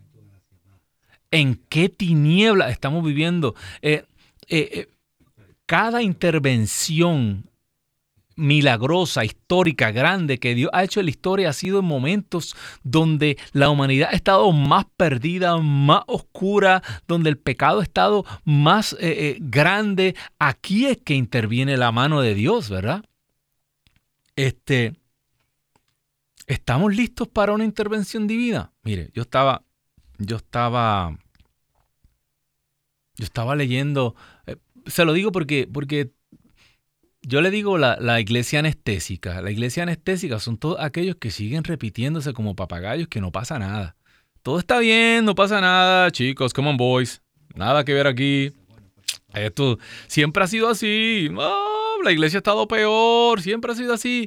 ¿En qué tinieblas estamos viviendo? Eh, eh, eh, cada intervención milagrosa, histórica, grande que Dios ha hecho en la historia ha sido en momentos donde la humanidad ha estado más perdida, más oscura, donde el pecado ha estado más eh, eh, grande. Aquí es que interviene la mano de Dios, ¿verdad? Este, ¿estamos listos para una intervención divina? Mire, yo estaba, yo estaba, yo estaba leyendo, eh, se lo digo porque, porque yo le digo la, la iglesia anestésica. La iglesia anestésica son todos aquellos que siguen repitiéndose como papagayos que no pasa nada. Todo está bien, no pasa nada, chicos, come on boys. Nada que ver aquí. Esto siempre ha sido así. Oh, la iglesia ha estado peor, siempre ha sido así.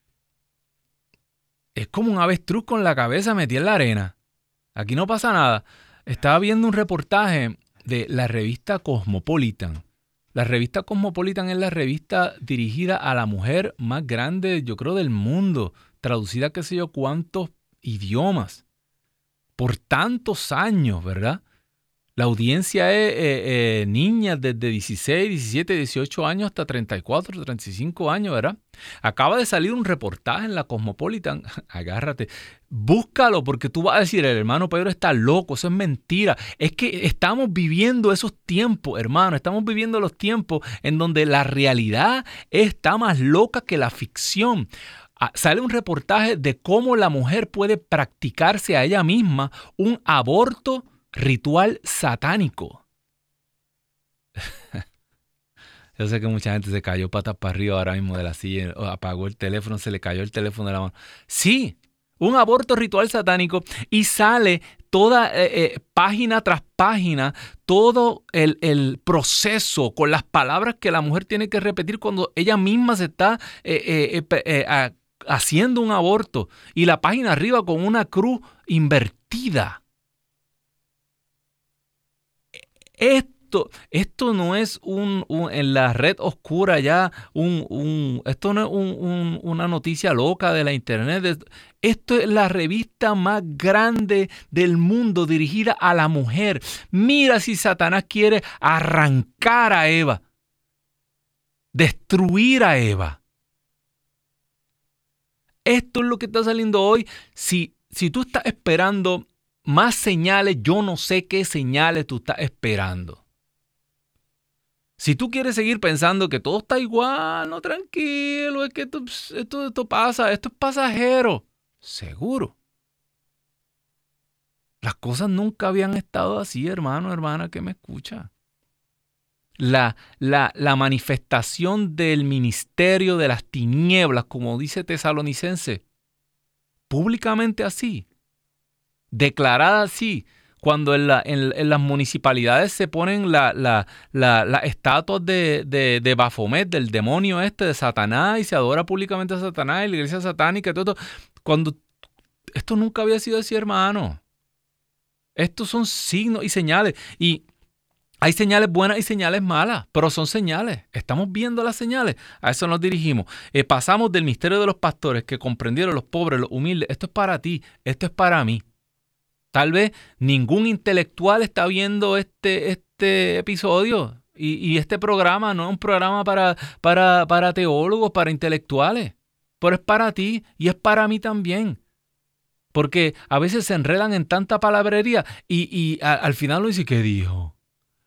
Es como un avestruz con la cabeza metida en la arena. Aquí no pasa nada. Estaba viendo un reportaje de la revista Cosmopolitan. La revista Cosmopolitan es la revista dirigida a la mujer más grande, yo creo, del mundo, traducida qué sé yo cuántos idiomas, por tantos años, ¿verdad? La audiencia es eh, eh, niñas desde dieciséis, diecisiete, dieciocho años hasta treinta y cuatro, treinta y cinco años, ¿verdad? Acaba de salir un reportaje en la Cosmopolitan, agárrate, búscalo porque tú vas a decir, el hermano Pedro está loco, eso es mentira. Es que estamos viviendo esos tiempos, hermano, estamos viviendo los tiempos en donde la realidad está más loca que la ficción. Ah, sale un reportaje de cómo la mujer puede practicarse a ella misma un aborto ritual satánico. Yo sé que mucha gente se cayó patas para arriba ahora mismo de la silla, o apagó el teléfono, se le cayó el teléfono de la mano. Sí, un aborto ritual satánico y sale toda eh, eh, página tras página, todo el, el proceso con las palabras que la mujer tiene que repetir cuando ella misma se está eh, eh, eh, eh, haciendo un aborto y la página arriba con una cruz invertida. Esto, esto no es un, un en la red oscura ya, un, un, esto no es un, un, una noticia loca de la internet. Esto es la revista más grande del mundo dirigida a la mujer. Mira si Satanás quiere arrancar a Eva, destruir a Eva. Esto es lo que está saliendo hoy. Si, si tú estás esperando más señales, yo no sé qué señales tú estás esperando. Si tú quieres seguir pensando que todo está igual, no, tranquilo, es que esto, esto, esto pasa, esto es pasajero. Seguro. Las cosas nunca habían estado así, hermano, hermana, que me escucha. La, la, la manifestación del ministerio de las tinieblas, como dice Tesalonicense, públicamente así, declarada así, cuando en, la, en, en las municipalidades se ponen las la, la, la estatuas de, de, de Baphomet, del demonio este, de Satanás, y se adora públicamente a Satanás y la iglesia satánica y todo esto. Cuando esto nunca había sido así, hermano. Estos son signos y señales. Y hay señales buenas y señales malas, pero son señales. Estamos viendo las señales. A eso nos dirigimos. Eh, pasamos del misterio de los pastores que comprendieron los pobres, los humildes. Esto es para ti, esto es para mí. Tal vez ningún intelectual está viendo este, este episodio y, y este programa no es un programa para, para, para teólogos, para intelectuales, pero es para ti y es para mí también. Porque a veces se enredan en tanta palabrería y, y a, al final lo dice, ¿qué dijo?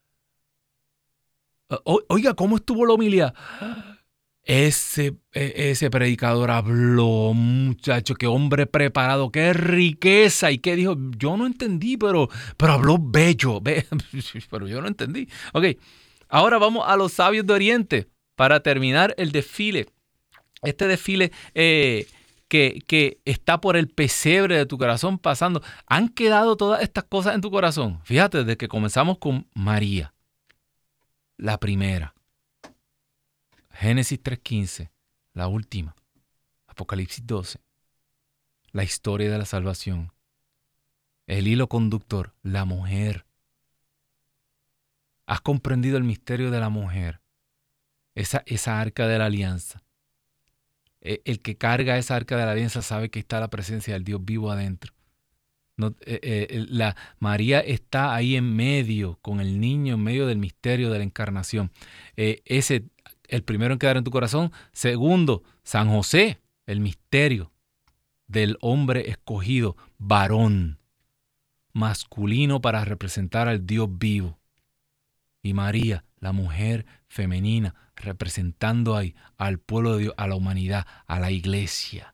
O, oiga, ¿cómo estuvo la homilía? Ese, ese predicador habló, muchacho, qué hombre preparado, qué riqueza. ¿Y qué dijo? Yo no entendí, pero, pero habló bello. Pero yo no entendí. Ok, ahora vamos a los sabios de Oriente para terminar el desfile. Este desfile eh, que, que está por el pesebre de tu corazón pasando. ¿Han quedado todas estas cosas en tu corazón? Fíjate, desde que comenzamos con María, la primera. Génesis tres quince, la última. Apocalipsis doce, la historia de la salvación. El hilo conductor, la mujer. ¿Has comprendido el misterio de la mujer? Esa, esa arca de la alianza. El que carga esa arca de la alianza sabe que está la presencia del Dios vivo adentro. No, eh, eh, la, María está ahí en medio, con el niño en medio del misterio de la encarnación. Eh, ese El primero en quedar en tu corazón. Segundo, San José, el misterio del hombre escogido, varón, masculino para representar al Dios vivo. Y María, la mujer femenina, representando ahí al pueblo de Dios, a la humanidad, a la iglesia.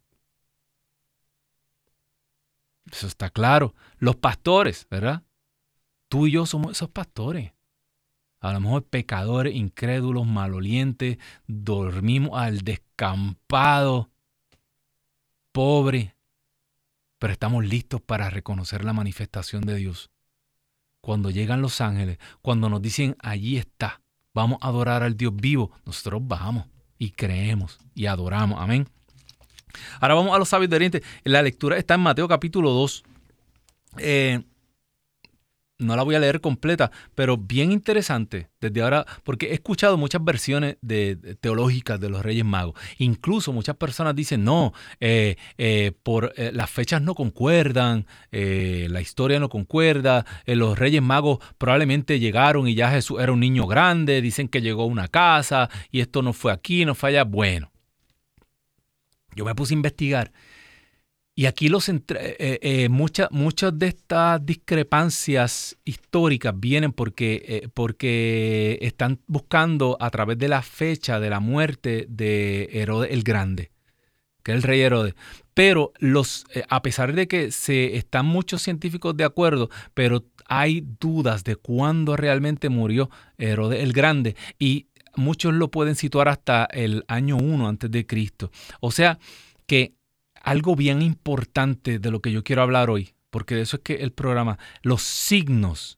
Eso está claro. Los pastores, ¿verdad? Tú y yo somos esos pastores. A lo mejor pecadores, incrédulos, malolientes, dormimos al descampado, pobre, pero estamos listos para reconocer la manifestación de Dios. Cuando llegan los ángeles, cuando nos dicen, allí está, vamos a adorar al Dios vivo, nosotros vamos y creemos y adoramos. Amén. Ahora vamos a los sabios de Oriente. La lectura está en Mateo capítulo dos. Eh, No la voy a leer completa, pero bien interesante desde ahora, porque he escuchado muchas versiones de, de, teológicas de los Reyes Magos. Incluso muchas personas dicen, no, eh, eh, por eh, las fechas no concuerdan, eh, la historia no concuerda, eh, los Reyes Magos probablemente llegaron y ya Jesús era un niño grande, dicen que llegó a una casa y esto no fue aquí, no fue allá. Bueno, yo me puse a investigar. Y aquí los entre, eh, eh, muchas, muchas de estas discrepancias históricas vienen porque, eh, porque están buscando a través de la fecha de la muerte de Herodes el Grande, que es el rey Herodes. Pero los, eh, a pesar de que se están muchos científicos de acuerdo, pero hay dudas de cuándo realmente murió Herodes el Grande. Y muchos lo pueden situar hasta el año uno antes de Cristo. O sea que algo bien importante de lo que yo quiero hablar hoy, porque de eso es que el programa, los signos.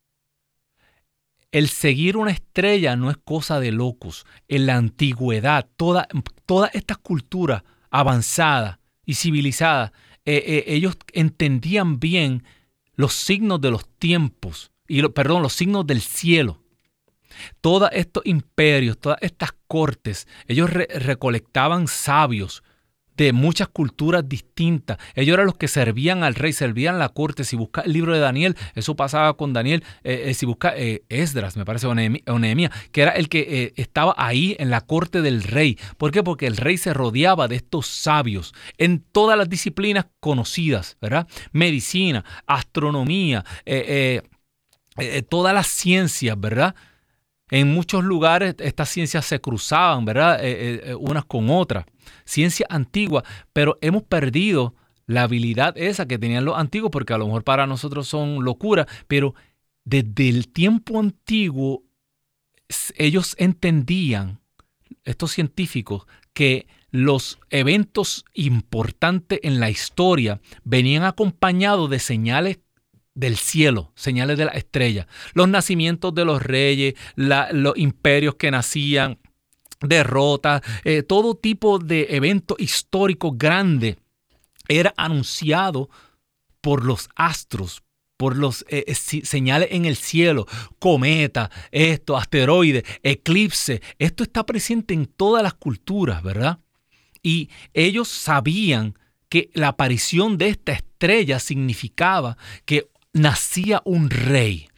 El seguir una estrella no es cosa de locos. En la antigüedad, toda, todas estas culturas avanzadas y civilizadas, eh, eh, ellos entendían bien los signos de los tiempos y lo, perdón, los signos del cielo. Todos estos imperios, todas estas cortes, ellos re- recolectaban sabios de muchas culturas distintas. Ellos eran los que servían al rey, servían la corte. Si buscas el libro de Daniel, eso pasaba con Daniel. Eh, eh, si buscas eh, Esdras, me parece, o Nehemías, que era el que eh, estaba ahí en la corte del rey. ¿Por qué? Porque el rey se rodeaba de estos sabios en todas las disciplinas conocidas, ¿verdad? Medicina, astronomía, eh, eh, eh, todas las ciencias, ¿verdad? En muchos lugares estas ciencias se cruzaban, ¿verdad? Eh, eh, unas con otras. Ciencia antigua, pero hemos perdido la habilidad esa que tenían los antiguos, porque a lo mejor para nosotros son locuras, pero desde el tiempo antiguo ellos entendían, estos científicos, que los eventos importantes en la historia venían acompañados de señales del cielo, señales de la estrella, los nacimientos de los reyes, la, los imperios que nacían, derrotas, eh, todo tipo de eventos históricos grandes era anunciado por los astros, por los eh, señales en el cielo, cometas, esto, asteroides, eclipses. Esto está presente en todas las culturas, ¿verdad? Y ellos sabían que la aparición de esta estrella significaba que nacía un rey,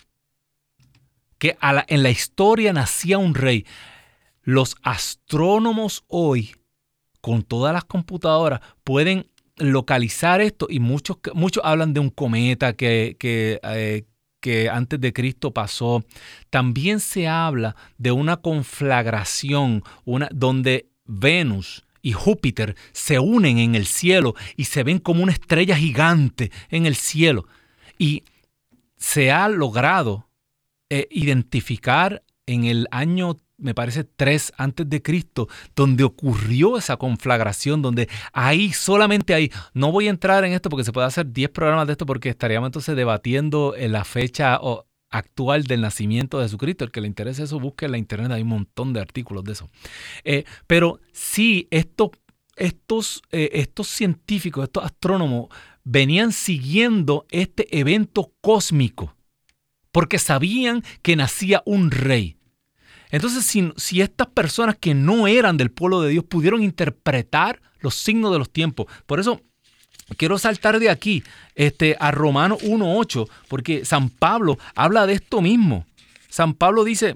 que a la, en la historia nacía un rey. Los astrónomos hoy, con todas las computadoras, pueden localizar esto y muchos, muchos hablan de un cometa que, que, eh, que antes de Cristo pasó. También se habla de una conflagración, una, donde Venus y Júpiter se unen en el cielo y se ven como una estrella gigante en el cielo. Y se ha logrado eh, identificar en el año, me parece, tres antes de Cristo, donde ocurrió esa conflagración, donde ahí, solamente ahí, no voy a entrar en esto porque se puede hacer diez programas de esto porque estaríamos entonces debatiendo en la fecha o, actual del nacimiento de Jesucristo. El que le interese eso, busque en la internet, hay un montón de artículos de eso. Eh, pero sí, esto, estos, eh, estos científicos, estos astrónomos, venían siguiendo este evento cósmico porque sabían que nacía un rey. Entonces, si, si estas personas que no eran del pueblo de Dios pudieron interpretar los signos de los tiempos, por eso quiero saltar de aquí este, a Romanos uno ocho, porque San Pablo habla de esto mismo. San Pablo dice,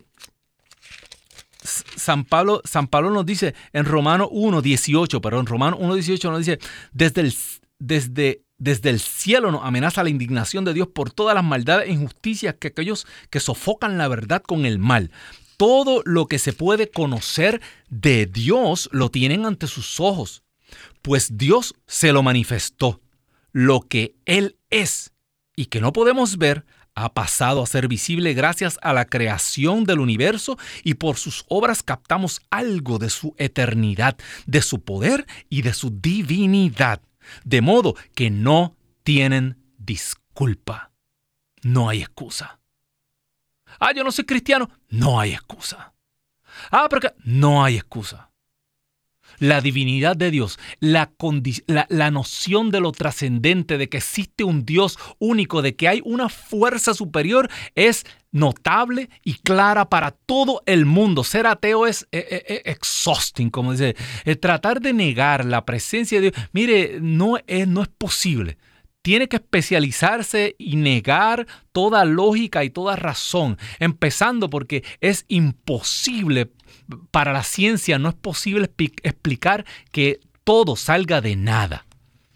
San Pablo, San Pablo nos dice en Romanos uno dieciocho, perdón, Romanos uno dieciocho nos dice, desde el, desde, desde el cielo nos amenaza la indignación de Dios por todas las maldades e injusticias que aquellos que sofocan la verdad con el mal. Todo lo que se puede conocer de Dios lo tienen ante sus ojos, pues Dios se lo manifestó. Lo que Él es y que no podemos ver ha pasado a ser visible gracias a la creación del universo y por sus obras captamos algo de su eternidad, de su poder y de su divinidad, de modo que no tienen disculpa. No hay excusa. Ah, yo no soy cristiano. No hay excusa. Ah, pero que no hay excusa. La divinidad de Dios, la, condi- la, la noción de lo trascendente, de que existe un Dios único, de que hay una fuerza superior, es notable y clara para todo el mundo. Ser ateo es eh, eh, exhausting, como dice. Eh, tratar de negar la presencia de Dios, mire, no es, no es posible. Tiene que especializarse y negar toda lógica y toda razón, empezando porque es imposible para la ciencia, no es posible explicar que todo salga de nada.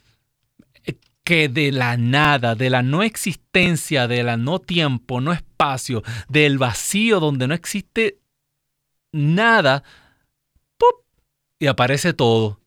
Que de la nada, de la no existencia, de la no tiempo, no espacio, del vacío donde no existe nada, ¡pup!, y aparece todo.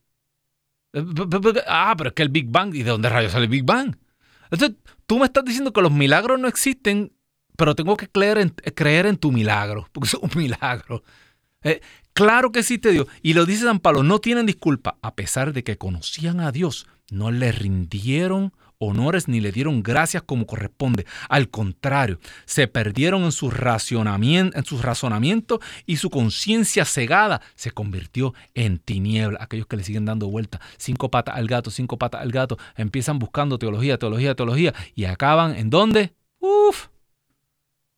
Ah, pero es que el Big Bang, ¿y de dónde rayos sale el Big Bang? Entonces, tú me estás diciendo que los milagros no existen, pero tengo que creer en, creer en tu milagro, porque es un milagro. Eh, claro que existe Dios. Y lo dice San Pablo, no tienen disculpa. A pesar de que conocían a Dios, no le rindieron honores ni le dieron gracias como corresponde. Al contrario, se perdieron en su razonamiento, en sus razonamientos y su conciencia cegada se convirtió en tiniebla. Aquellos que le siguen dando vuelta, cinco patas al gato, cinco patas al gato, empiezan buscando teología, teología, teología y acaban ¿en dónde? Uf,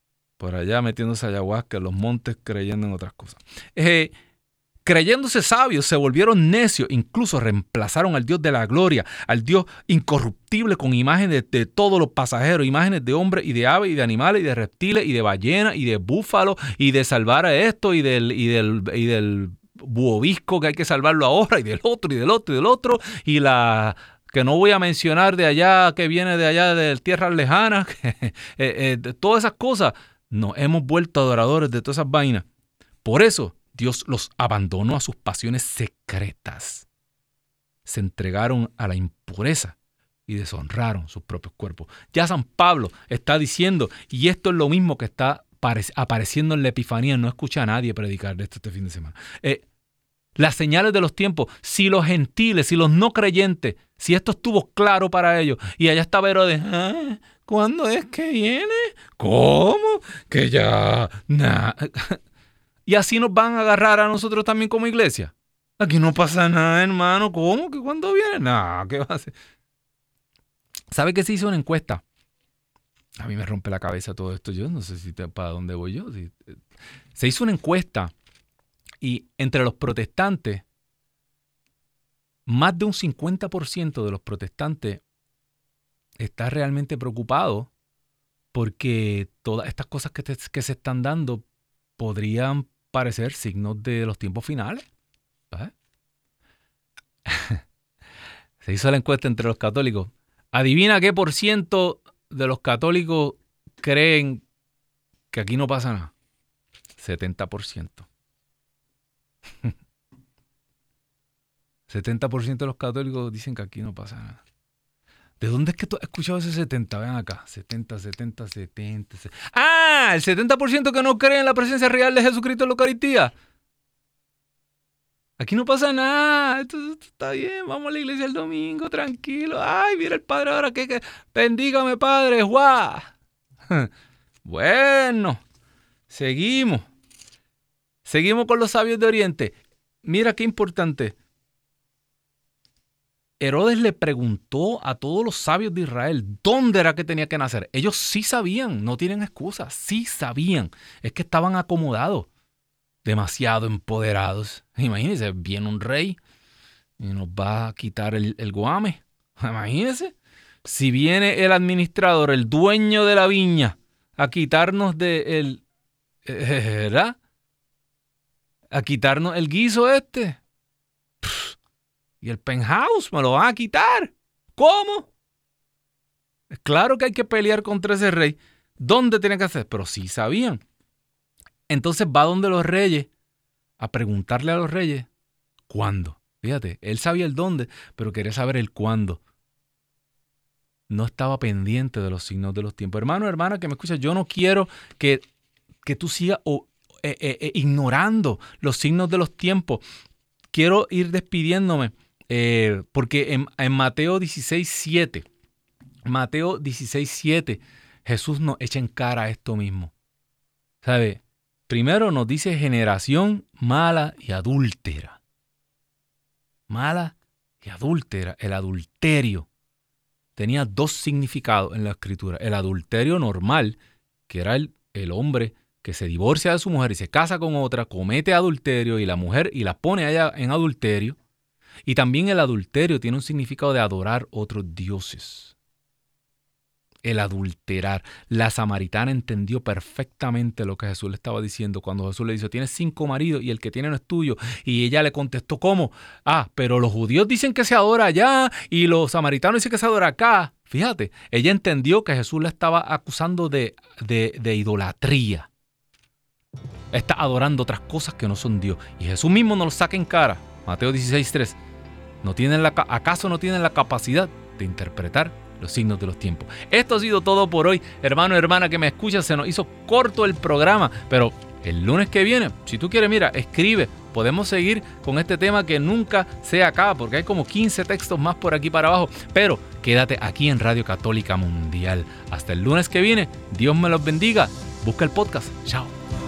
por allá metiéndose ayahuasca en los montes, creyendo en otras cosas. Eh, creyéndose sabios, se volvieron necios, incluso reemplazaron al Dios de la gloria, al Dios incorruptible con imágenes de, de todos los pasajeros, imágenes de hombres y de aves y de animales y de reptiles y de ballenas y de búfalos y de salvar a esto y del, y del, y del buovisco que hay que salvarlo ahora y del otro y del otro y del otro y la... que no voy a mencionar de allá, que viene de allá de tierras lejanas, eh, eh, de todas esas cosas. Nos hemos vuelto adoradores de todas esas vainas. Por eso Dios los abandonó a sus pasiones secretas. Se entregaron a la impureza y deshonraron sus propios cuerpos. Ya San Pablo está diciendo, y esto es lo mismo que está apareciendo en la Epifanía, no escucha a nadie predicar de esto este fin de semana. Eh, las señales de los tiempos, si los gentiles, si los no creyentes, si esto estuvo claro para ellos, y allá estaba Herodes, ¿ah? ¿Cuándo es que viene? ¿Cómo? Que ya... Nah. Y así nos van a agarrar a nosotros también como iglesia. Aquí no pasa nada, hermano. ¿Cómo? ¿Que cuándo viene? No, ¿qué va a hacer? ¿Sabe que se hizo una encuesta? A mí me rompe la cabeza todo esto. Yo no sé si te, para dónde voy yo. Si, se hizo una encuesta y entre los protestantes, más de un cincuenta por ciento de los protestantes está realmente preocupado porque todas estas cosas que, te, que se están dando podrían parecer signos de los tiempos finales. ¿Sabes? Se hizo la encuesta entre los católicos. Adivina qué por ciento de los católicos creen que aquí no pasa nada. setenta por ciento. setenta por ciento de los católicos dicen que aquí no pasa nada. ¿De dónde es que tú has escuchado ese setenta? Vean acá. setenta, setenta, setenta. ¡Ah! El setenta por ciento que no cree en la presencia real de Jesucristo en la Eucaristía. Aquí no pasa nada. Esto, esto está bien. Vamos a la iglesia el domingo, tranquilo. Ay, mira el Padre ahora que... que bendígame, Padre. ¡Guau! Bueno, seguimos. Seguimos con los sabios de Oriente. Mira qué importante. Herodes le preguntó a todos los sabios de Israel dónde era que tenía que nacer. Ellos sí sabían, no tienen excusa, sí sabían. Es que estaban acomodados, demasiado empoderados. Imagínense, viene un rey y nos va a quitar el, el guame. Imagínense. Si viene el administrador, el dueño de la viña, a quitarnos de el, ¿verdad? A quitarnos el guiso este. Y el penthouse me lo van a quitar. ¿Cómo? Es claro que hay que pelear contra ese rey. ¿Dónde tiene que hacer? Pero sí sabían. Entonces va donde los reyes a preguntarle a los reyes cuándo. Fíjate, él sabía el dónde, pero quería saber el cuándo. No estaba pendiente de los signos de los tiempos. Hermano, hermana, que me escuchas, yo no quiero que, que tú sigas oh, eh, eh, ignorando los signos de los tiempos. Quiero ir despidiéndome. Eh, porque en, en Mateo dieciséis siete, Mateo dieciséis siete, Jesús nos echa en cara esto mismo. ¿Sabe? Primero nos dice generación mala y adúltera. Mala y adúltera. El adulterio tenía dos significados en la Escritura. El adulterio normal, que era el, el hombre que se divorcia de su mujer y se casa con otra, comete adulterio y la mujer y la pone allá en adulterio. Y también el adulterio tiene un significado de adorar otros dioses. El adulterar. La samaritana entendió perfectamente lo que Jesús le estaba diciendo cuando Jesús le dijo, tienes cinco maridos y el que tiene no es tuyo. Y ella le contestó, ¿cómo? Ah, pero los judíos dicen que se adora allá y los samaritanos dicen que se adora acá. Fíjate, ella entendió que Jesús la estaba acusando de, de, de idolatría. Está adorando otras cosas que no son Dios. Y Jesús mismo nos lo saca en cara. Mateo dieciséis tres. ¿No tienen la, ¿Acaso no tienen la capacidad de interpretar los signos de los tiempos? Esto ha sido todo por hoy. Hermano, hermana que me escucha, se nos hizo corto el programa. Pero el lunes que viene, si tú quieres, mira, escribe. Podemos seguir con este tema que nunca se acaba. Porque hay como quince textos más por aquí para abajo. Pero quédate aquí en Radio Católica Mundial. Hasta el lunes que viene. Dios me los bendiga. Busca el podcast. Chao.